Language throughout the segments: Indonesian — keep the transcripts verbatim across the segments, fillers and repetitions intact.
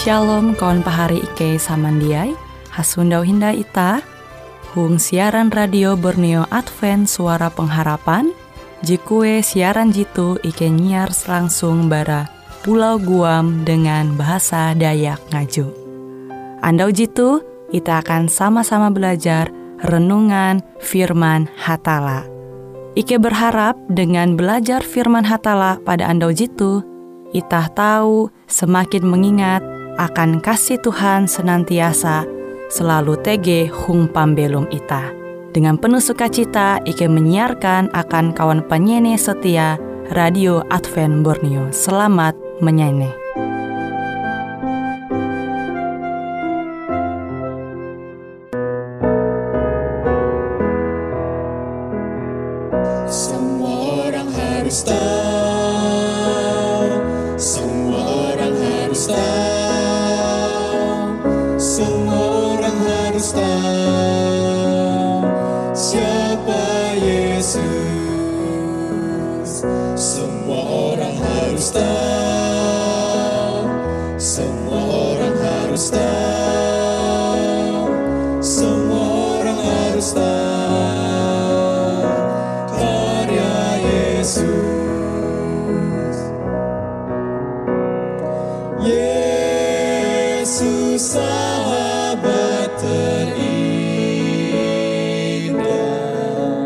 Shalom kawan pahari Ike samandiai, hasundau hinda ita, hung siaran radio Borneo Advent Suara Pengharapan, jikue siaran jitu Ike nyiar langsung bara Pulau Guam dengan bahasa Dayak Ngaju. Andau jitu, kita akan sama-sama belajar renungan firman Hatala. Ike berharap dengan belajar firman Hatala pada andau jitu, kita tahu semakin mengingat akan kasih Tuhan senantiasa selalu tege hung pambelum ita. Dengan penuh sukacita, Ike menyiarkan akan kawan penyanyi setia Radio Advent Borneo. Selamat menyanyi. Semua orang harus tahu, semua orang harus tahu, semua orang harus tahu siapa Yesus. Semua orang harus tahu, semua orang harus tahu, semua orang harus tahu Yesus. Yesus sahabat terindah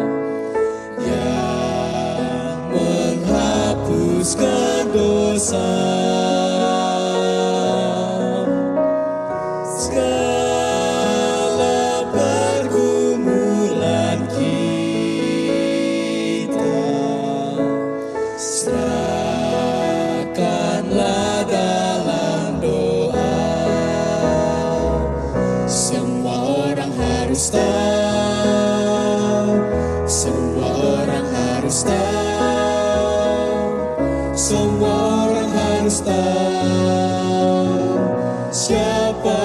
yang menghapuskan dosa. Semua orang harus tahu, semua orang harus tahu siapa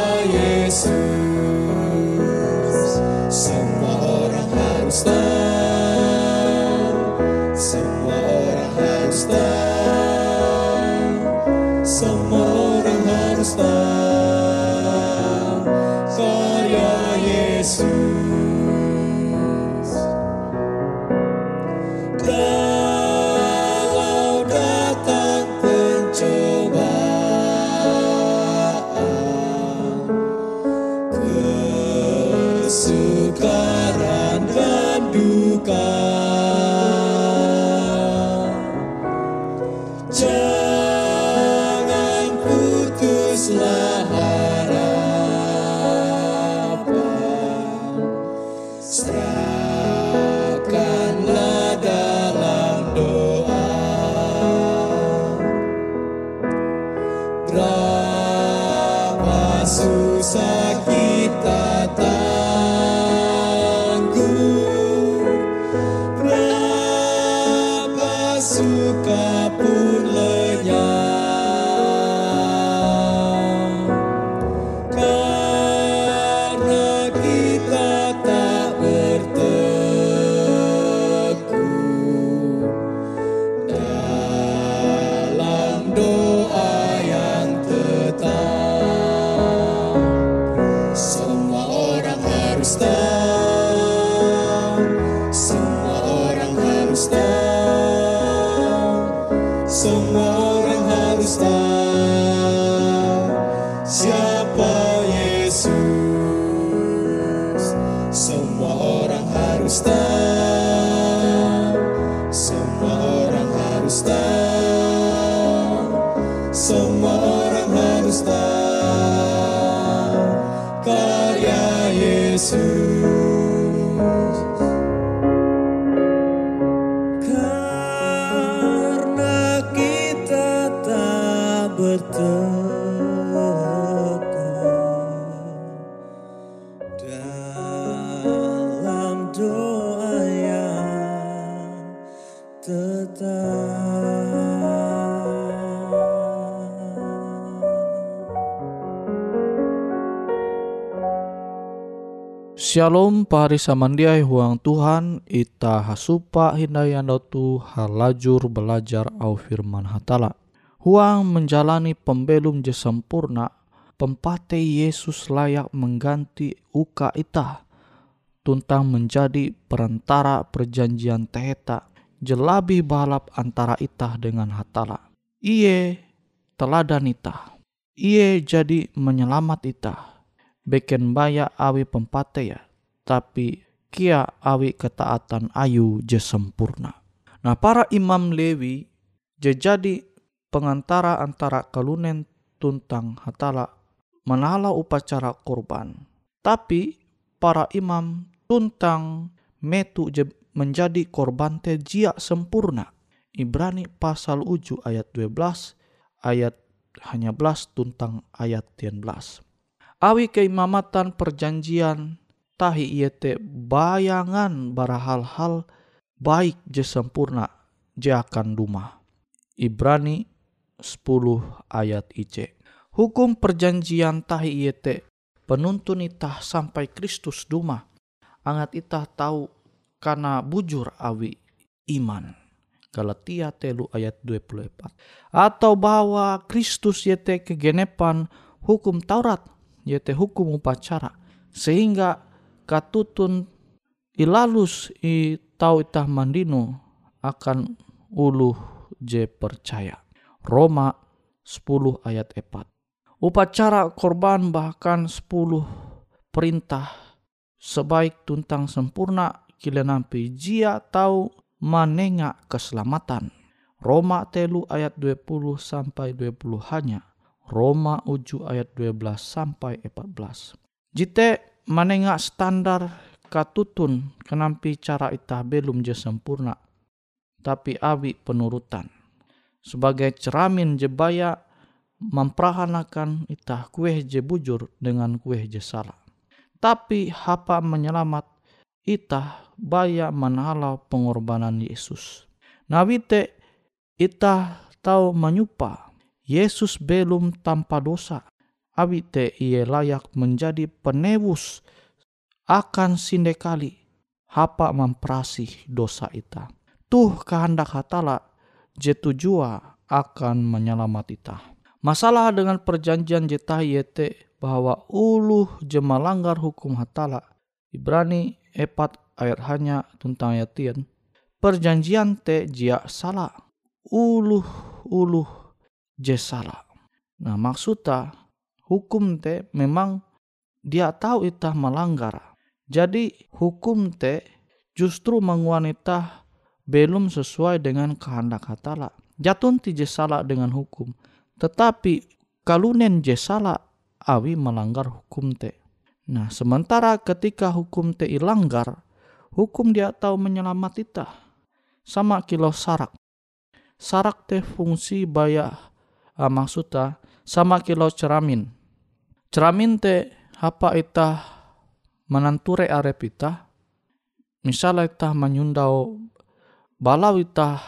Yesus. Semua orang harus tahu, semua orang harus tahu, semua orang harus tahu karya Yesus. Kalau datang pencobaan, kesukaran dan duka, jangan putuslah harapan, serahkanlah dalam doa. Berapa susah kita tanggung, berapa suka pun lenyap, karena kita tak berteguh dalam doa yang tetap. Semua orang harus tahu, semua orang harus tahu, semua orang harus tahu siapa Yesus. Semua orang harus tahu, semua orang harus tahu, semua orang harus tahu karya Yesus. Karena kita tak berteguh dalam doa yang tetap. Shalom pari samandiai huang Tuhan, ita hasupa hindayandau tu halajur belajar au firman hatala. Huang menjalani pembelum je sempurna pempate Yesus layak mengganti uka ita, tuntang menjadi perantara perjanjian teheta, jelabi balap antara ita dengan hatala. Iye teladan ita, iye jadi menyelamat ita, beken baya awi pempate ya, tapi kia awi ketaatan ayu je sempurna. Nah, para imam Lewi je jadi pengantara antara kalunen tuntang hatala menala upacara korban. Tapi para imam tuntang metu je menjadi korban te jia sempurna. Ibrani pasal uju ayat dua belas, ayat hanya belas tuntang ayat tiga belas. Awi keimamatan perjanjian tahi iete bayangan bara hal-hal baik je sempurna je akan duma. Ibrani sepuluh ayat I C. Hukum perjanjian tahi iete penuntun itah sampai Kristus duma. Angat itah tahu karena bujur awi iman. Galatia telu ayat dua puluh empat. Atau bahwa Kristus yete kegenepan hukum Taurat, yete hukum upacara, sehingga katutun ilalus i tau itah mandino akan uluh je percaya. Roma sepuluh ayat empat. Upacara korban bahkan sepuluh perintah sebaik tuntang sempurna kile nampi jia tau manenga keselamatan. Roma telu ayat dua puluh sampai dua puluh hanya. Roma uju ayat dua belas sampai empat belas. Jite manenga standar katutun kenampi cara itah belum je sempurna, tapi awi penurutan. Sebagai ceramin jebaya memperahanakan itah kueh je bujur dengan kueh je salah. Tapi hapa menyelamat itah baya manalau pengorbanan Yesus. Nawite itah tahu menyupa Yesus belum tanpa dosa. Awite ia layak menjadi penebus akan sindekali hapa memperasih dosa ita. Tuh kehendak hatala je tujua akan menyelamat ita. Masalah dengan perjanjian jetah yete bahwa uluh je melanggar hukum hatala. Ibrani empat ayat hanya tentang ayat tian. Perjanjian te jia salah. Uluh uluh je salah. Nah, maksudnya hukum te memang dia tahu itah melanggar. Jadi hukum te justru menguanita belum sesuai dengan kehendak hatala. Jatun ti je salah dengan hukum. Tetapi kalunen je salah awi melanggar hukum te. Nah, sementara ketika hukum te ilanggar, hukum dia tahu menyelamat itah. Sama kilo sarak. Sarak te fungsi baya ah, maksudnya sama kilo ceramin. Ceramin te hapa itah menanture arep itah. Misalnya itah menyundau balau itah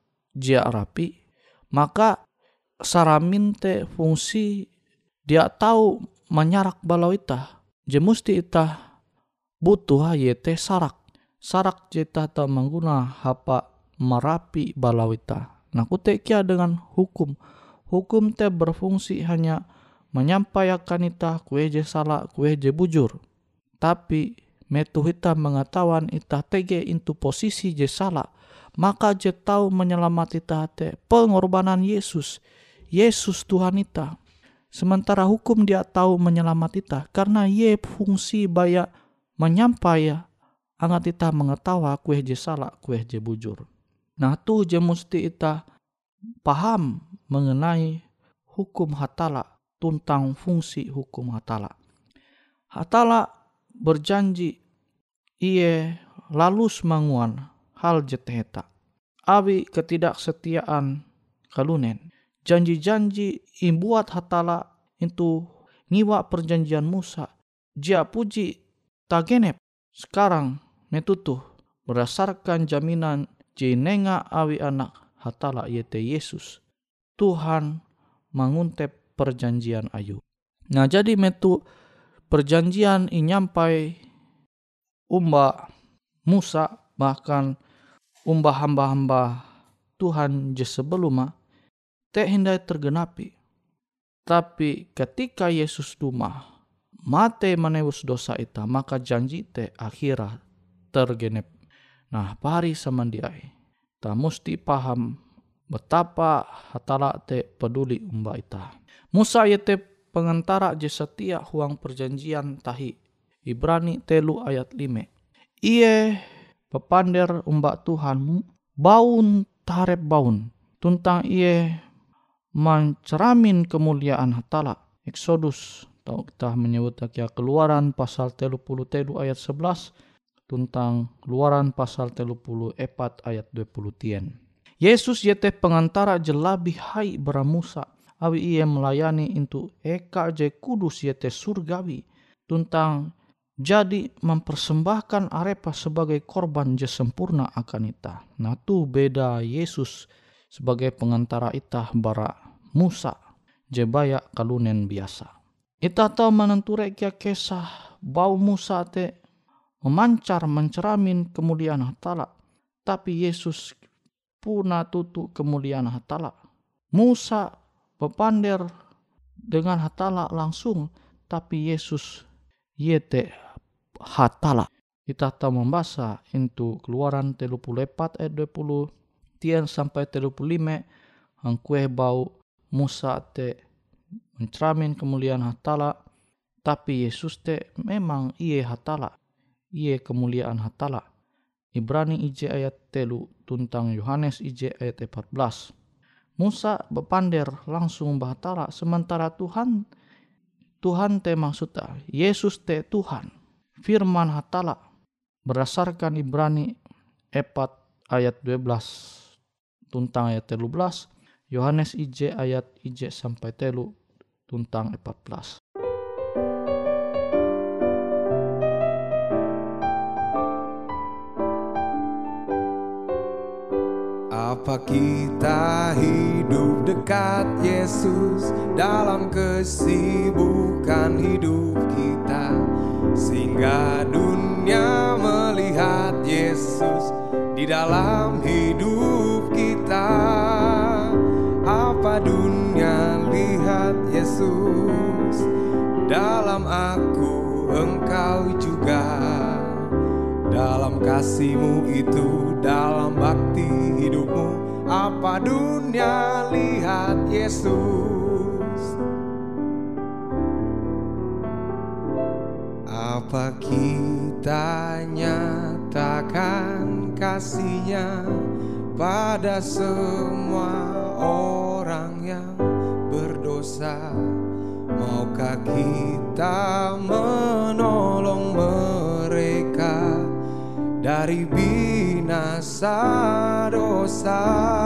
jia rapi, maka saramin te fungsi dia tahu menyarak balau itah. Je musti itah butuh yete sarak. Sarak je itah tahu mengguna hapa merapi balau itah. Nah, kute kia dengan hukum. Hukum te berfungsi hanya menyampaikan itah kue je salah, kue je bujur. Tapi metu itah mengetahuan itah tege into posisi je salah. Maka je tahu menyelamat itah te pengorbanan Yesus. Yesus Tuhan itah. Sementara hukum dia tahu menyelamat itah karena ye fungsi baya menyampaikan angat itah mengetawa kue je salah, kue je bujur. Nah, tu je musti itah paham mengenai hukum hatala, tuntang fungsi hukum hatala. Hatala berjanji iye lalus manguan hal jeteheta. Awi ketidaksetiaan kalunen. Janji-janji imbuat hatala itu ngiwa perjanjian Musa. Jia puji tagenep sekarang metutuh berdasarkan jaminan jenenga awi anak hatala yete Yesus. Tuhan menguntep perjanjian ayu. Nah, jadi metu perjanjian inyampai umba Musa bahkan umba hamba-hamba Tuhan je sebelumnya te hindai tergenapi. Tapi ketika Yesus dumah mate menebus dosa ita, maka janji te akhirah tergenep. Nah, pari samandiai, ta musti paham betapa hatala te peduli umba ita. Musa yete pengantara je setia huang perjanjian tahi. Ibrani telu ayat lima. Iye pepander umba Tuhan baun tarep baun. Tuntang iye menceramin kemuliaan hatala. Exodus, atau kita menyebut ya Keluaran pasal tiga puluh telu ayat sebelas. Tuntang Keluaran pasal tiga puluh empat ayat dua puluh tien. Yesus yete pengantara je labih hai bara Musa. Awi ia melayani into eka je kudus yete surgawi. Tuntang jadi mempersembahkan arepa sebagai korban je sempurna akan ita. Nah tu beda Yesus sebagai pengantara ita bara Musa je baya kalunen biasa. Ita tahu menenture kia kisah bau Musa te memancar menceramin kemuliaan hatala. Tapi Yesus puna tutu kemuliaan hatala. Musa bepander dengan hatala langsung, tapi Yesus yete hatala. Kita tahu membaca into Keluaran tiga puluh empat ayat dua puluh tien sampai tiga puluh lima, angkue bau Musa te menceramin kemuliaan hatala, tapi Yesus te memang iye hatala, iye kemuliaan hatala. Ibrani ije ayat telu tuntang Yohanes ije ayat empat belas. Musa bepander langsung bahatala, sementara Tuhan Tuhan te maksudnya Yesus te Tuhan, firman hatala berdasarkan Ibrani empat ayat dua belas tuntang ayat tiga belas, Yohanes ije ayat ije sampai telu tuntang empat belas. Apa kita hidup dekat Yesus dalam kesibukan hidup kita, sehingga dunia melihat Yesus di dalam hidup kita. Apa dunia lihat Yesus dalam aku, engkau juga. Dalam kasih-Mu itu, dalam bakti hidupmu, apa dunia lihat Yesus. Apa kita nyatakan kasih-Nya pada semua orang yang berdosa? Maukah kita menolong mereka dari binasa dosa?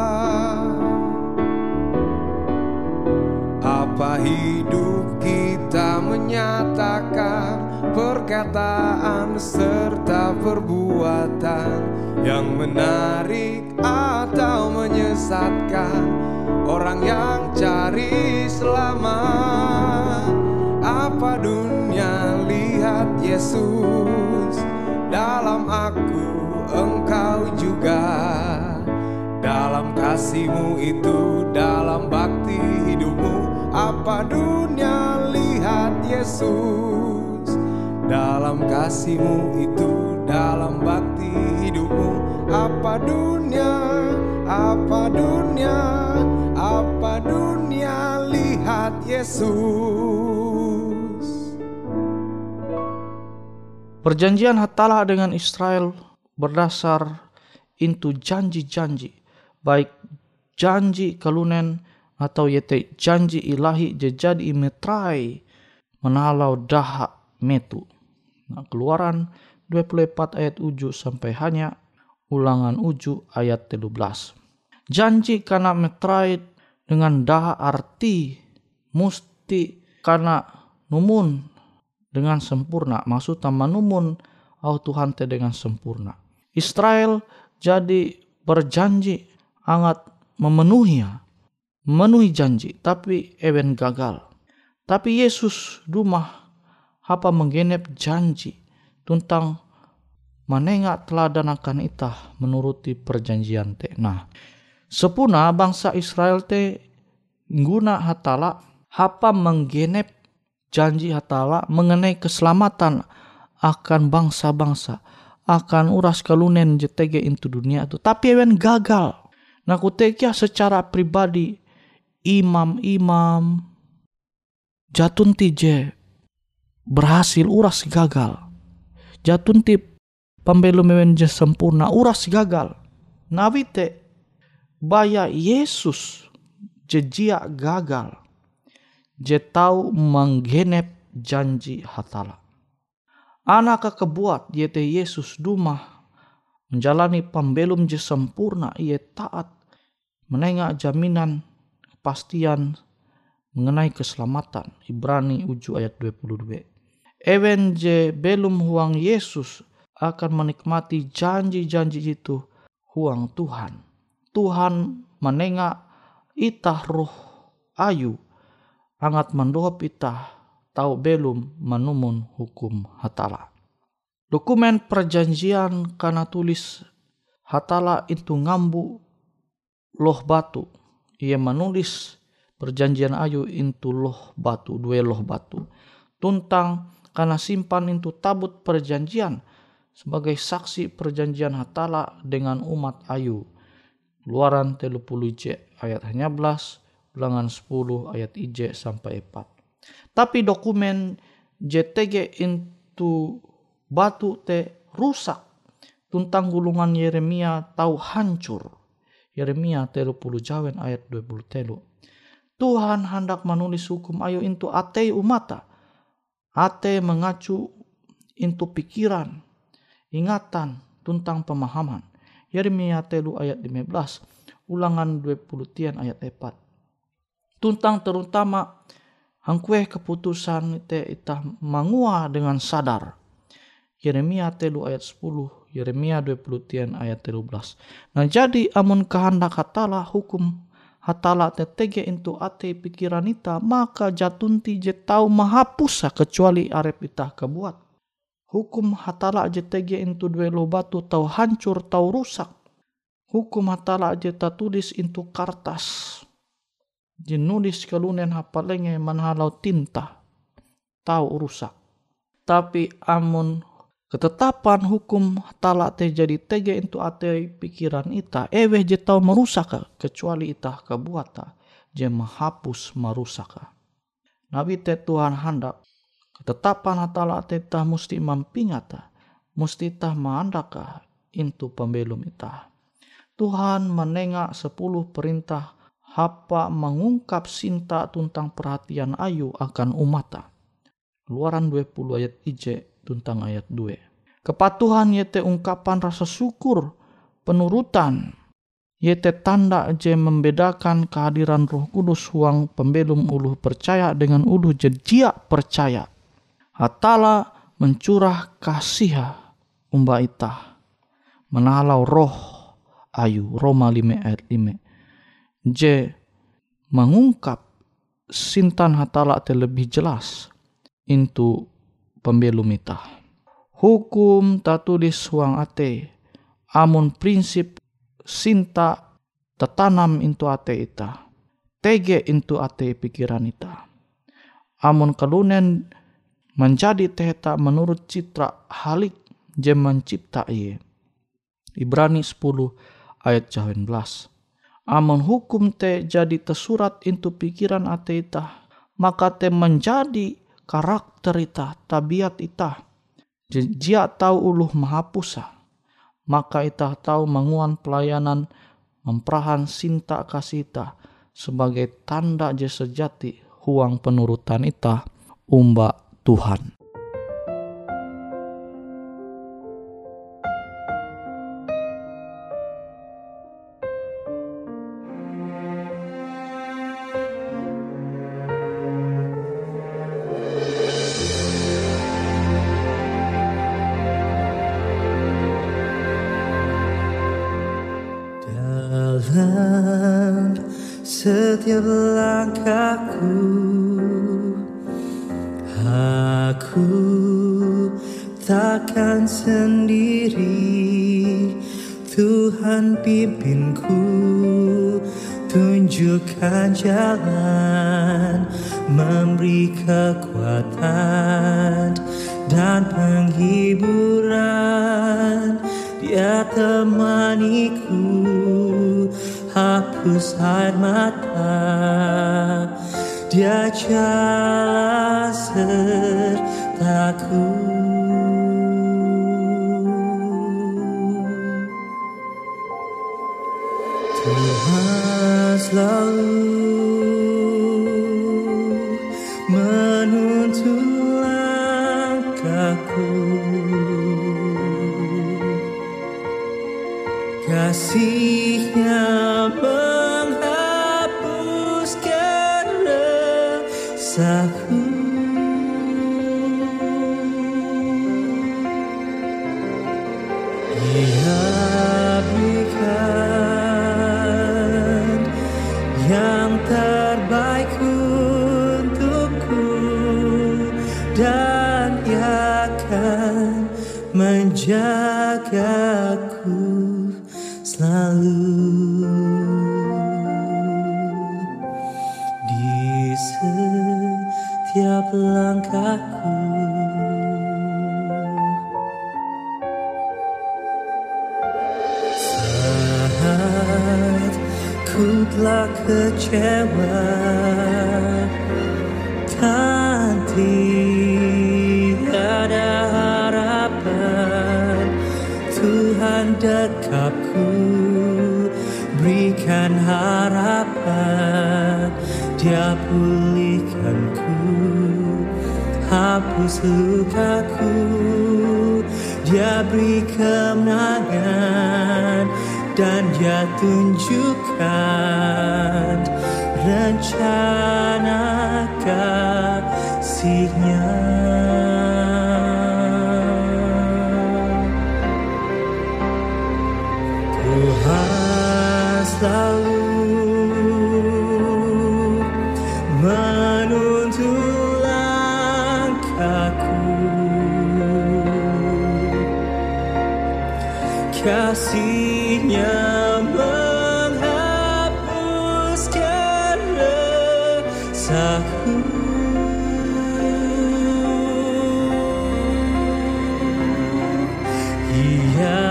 Apa hidup kita menyatakan perkataan serta perbuatan yang menarik atau menyesatkan orang yang cari selamat? Apa dunia lihat Yesus dalam aku, engkau juga. Dalam kasih-Mu itu, dalam bakti hidupmu, apa dunia lihat Yesus. Dalam kasih-Mu itu, dalam bakti hidupmu, apa dunia, apa dunia, apa dunia lihat Yesus. Perjanjian hatala dengan Israel berdasar into janji-janji, baik janji kalunen atau yete janji ilahi jadi imetrai menalau daha metu. Nah, Keluaran dua puluh empat ayat tujuh sampai hanya Ulangan tujuh ayat tiga belas. Janji karena metrai dengan daha arti musti karena numun dengan sempurna, maksud tambah numun au Tuhan te dengan sempurna. Israel jadi berjanji angat memenuhi memenuhi janji, tapi ewen gagal. Tapi Yesus dumah apa menggenep janji tentang manenga teladan akan itah menuruti perjanjian te. Nah, sepuna bangsa Israel te guna hatala hapa menggenep janji hatala mengenai keselamatan akan bangsa-bangsa, akan uras kalunen jetege into dunia itu, tapi ewen gagal. Nah kutekia secara pribadi imam-imam jatun tije berhasil uras gagal, jatun ti pembelum ewen je sempurna uras gagal. Nawite baya Yesus jejia gagal, je tau menggenep janji hatala. Anak kebuat yaitu Yesus dumah menjalani pembelum je sempurna, ia taat menengah jaminan kepastian mengenai keselamatan. Ibrani tujuh ayat dua puluh dua. Ewen je belum huang Yesus akan menikmati janji-janji itu huang Tuhan. Tuhan menengah itah roh ayu angat mendohop itah tau belum menumun hukum hatala. Dokumen perjanjian kana tulis hatala itu ngambu loh batu. Ia menulis perjanjian ayu itu loh batu, dua loh batu. Tuntang kana simpan itu tabut perjanjian sebagai saksi perjanjian hatala dengan umat ayu. Luaran tiga puluh J ayat hanya belas, ulangan sepuluh ayat I J sampai empat. Tapi dokumen J T G itu batu te rusak. Tuntang gulungan Yeremia tahu hancur. Yeremia tiga puluh jawen ayat dua puluh tiga. Tuhan hendak menulis hukum ayu itu ate umata. Ate mengacu itu pikiran, ingatan, tuntang pemahaman. Yeremia tiga ayat lima belas, ulangan dua puluh tian ayat empat. Tuntang terutama hangkue keputusan te itah mangua dengan sadar. Yeremia tiga ayat sepuluh, Yeremia dua puluh tian ayat tiga belas. Nah jadi amun kehendak hatala hukum hatala tetege into ate pikiran ita, maka jatunti je tau mahapusa kecuali arep itah kebuat. Hukum hatala je tege into dua lo batu tau hancur tau rusak. Hukum hatala je ta tulis into kartas. Je nulis kalunen hapalenge manhalau tinta tau rusak. Tapi amun ketetapan hukum hatala te jadi tege into ate pikiran ita, ewe je tau merusak kecuali ita kebuata je menghapus merusak. Nabi te Tuhan hendak ketetapan hatala te ta musti mampingata, musti ta maandaka into pembelum ita. Tuhan menengah sepuluh perintah hapa mengungkap sinta tuntang perhatian ayu akan umata. Luaran dua puluh ayat I J tuntang ayat dua. Kepatuhan yaitu ungkapan rasa syukur, penurutan yaitu tanda je membedakan kehadiran Roh Kudus huang pembelum uluh percaya dengan uluh jejia percaya. Hatala mencurah kasih umba itah menalau roh ayu. Roma lima ayat lima. Je mengungkap sintan hatala terlebih jelas into pembelum itah. Hukum tatulis huang ate, amun prinsip sinta tetanam into ate ita, tege into ate pikiran ita. Amun kalunen menjadi tehta menurut citra halik je mencipta iye. Ibrani sepuluh ayat jawen belas. Amun hukum te jadi tersurat into pikiran ate ita, maka te menjadi karakter ita, tabiat ita. Jia tahu uluh mahapusa, maka ita tahu menguan pelayanan memperahan sinta kasih ita sebagai tanda je sejati huang penurutan ita umba Tuhan. Dalam setiap langkahku, aku takkan sendiri. Tuhan pimpinku, tunjukkan jalan, memberi kekuatan dan penghiburan. Dia temaniku, hapus air mata, Dia jalan sertaku. Tuhan selalu menuntun langkahku, kasih-Nya menghapuskan resahku. Dia berikan yang terbaik untukku, dan Ia akan menjagaku selalu di setiap langkahku. Saat ku telah kecewa dan tiada harapan, Tuhan dekapku, berikan harapan. Dia pulihkanku, hapus lukaku. Dia beri kemenangan, dan Dia tunjukkan rencana kasih-Nya. Tuhan selalu menuntun langkahku, kasih-Nya menghapuskan resahku. Ia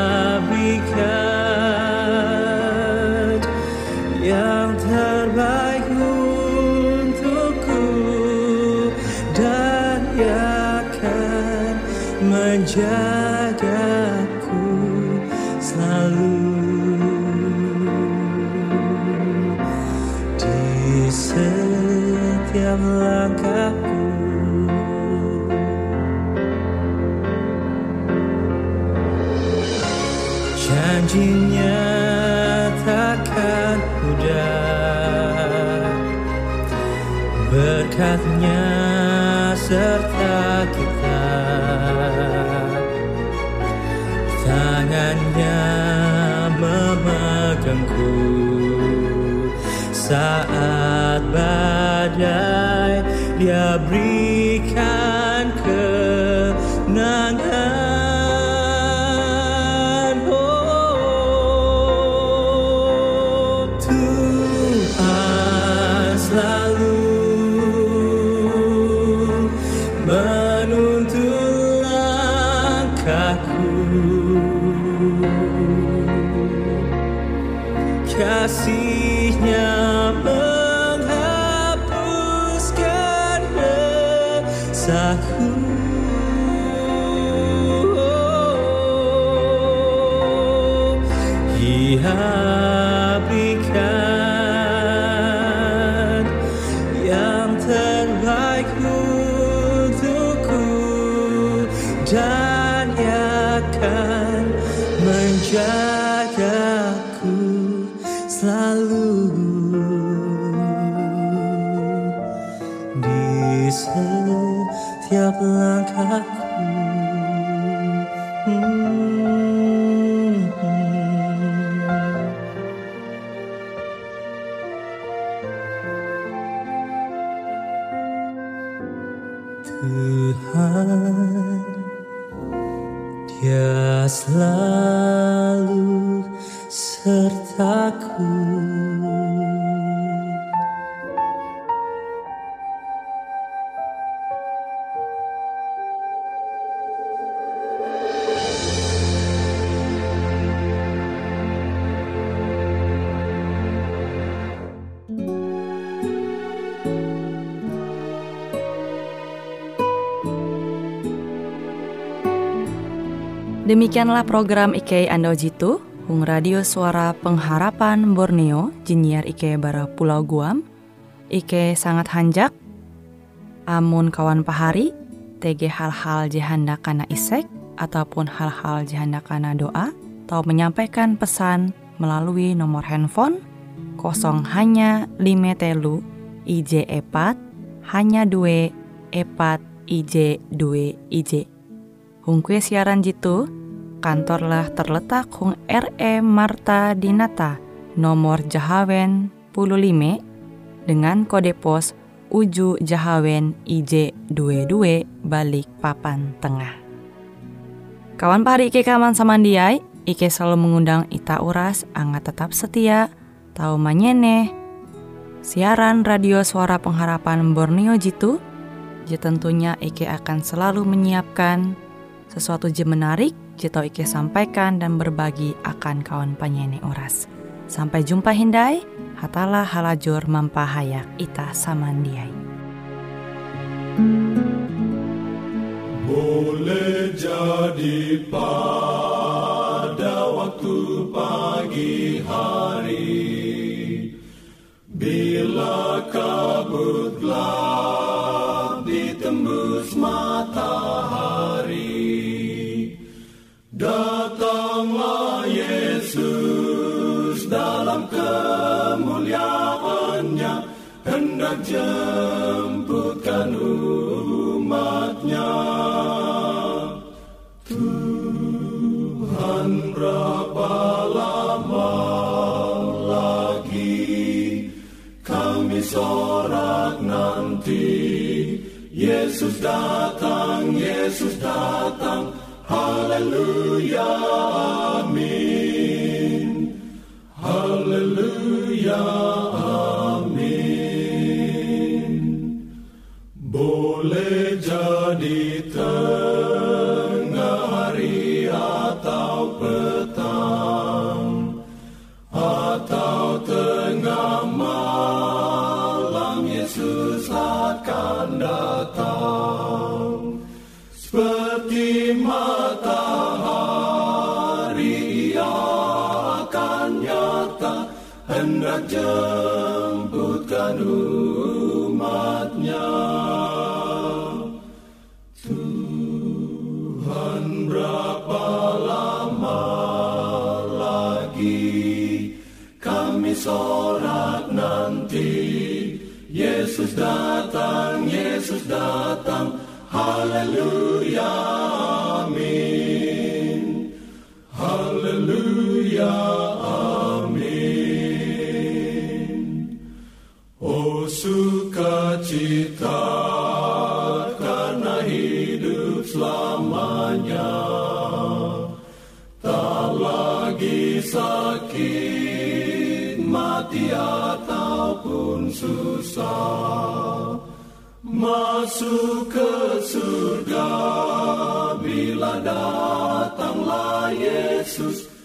berikan yang terbaik untukku, dan Ia akan menjagaku selalu di setiap langkahku. Janji-Nya takkan pudar, berkat-Nya serta kita. Tangan-Nya memegangku saat badai, Dia berikan kemenangan. Oh, Tuhan selalu menuntun langkahku, kasih-Nya menghapuskan resahku. Ia berikan yang terbaik untukku, dan Ia akan menjagaku selalu di setiap langkahku. Hmm. Tuhan, Dia selalu sertaku. Demikianlah program Ike Ando Jitu, Hung Radio Suara Pengharapan Borneo, Jinnyar Ike bara Pulau Guam. Ike sangat hanjak, amun kawan pahari, tege hal-hal jihanda kana isek, ataupun hal-hal jihanda kana doa, atau menyampaikan pesan melalui nomor handphone kosong hanya lima telu I J epat hanya dua epat I J dua I J. Hung kue siaran jitu, kantorlah terletak Hung R E Marta Dinata, nomor Jahawen puluh lima, dengan kode pos Uju Jahawen I J dua dua balik papan tengah. Kawan pahari Ike kaman samandiai, Ike selalu mengundang ita uras angga tetap setia, tau manyene siaran radio Suara Pengharapan Borneo jitu. Je tentunya Ike akan selalu menyiapkan sesuatu je menarik, je tau Ike sampaikan dan berbagi akan kawan panyene uras. Sampai jumpa hindai, hatalah halajur mampahayak ita samandiai. Boleh jadi pada waktu pagi hari, bila kabut gelap ditembus matahari, datanglah Yesus dalam kemuliaannya, hendak jemputkan umatnya. Tuhan, berapa lama lagi kami sorak nanti, Yesus datang, Yesus datang, haleluya, amin. Haleluya, amin. Boleh jadi tengah hari atau petang, atau tengah malam, Yesus akan datang. Seperti matahari Ia akan nyata, hendak jemputkan umatnya. Tuhan, berapa lama lagi kami sorak nanti, Yesus datang, Yesus datang, haleluya, amin. Haleluya, amin. Oh sukacita karena hidup selamanya, tak lagi sakit, mati ataupun susah, masuk ke surga bila datanglah Yesus.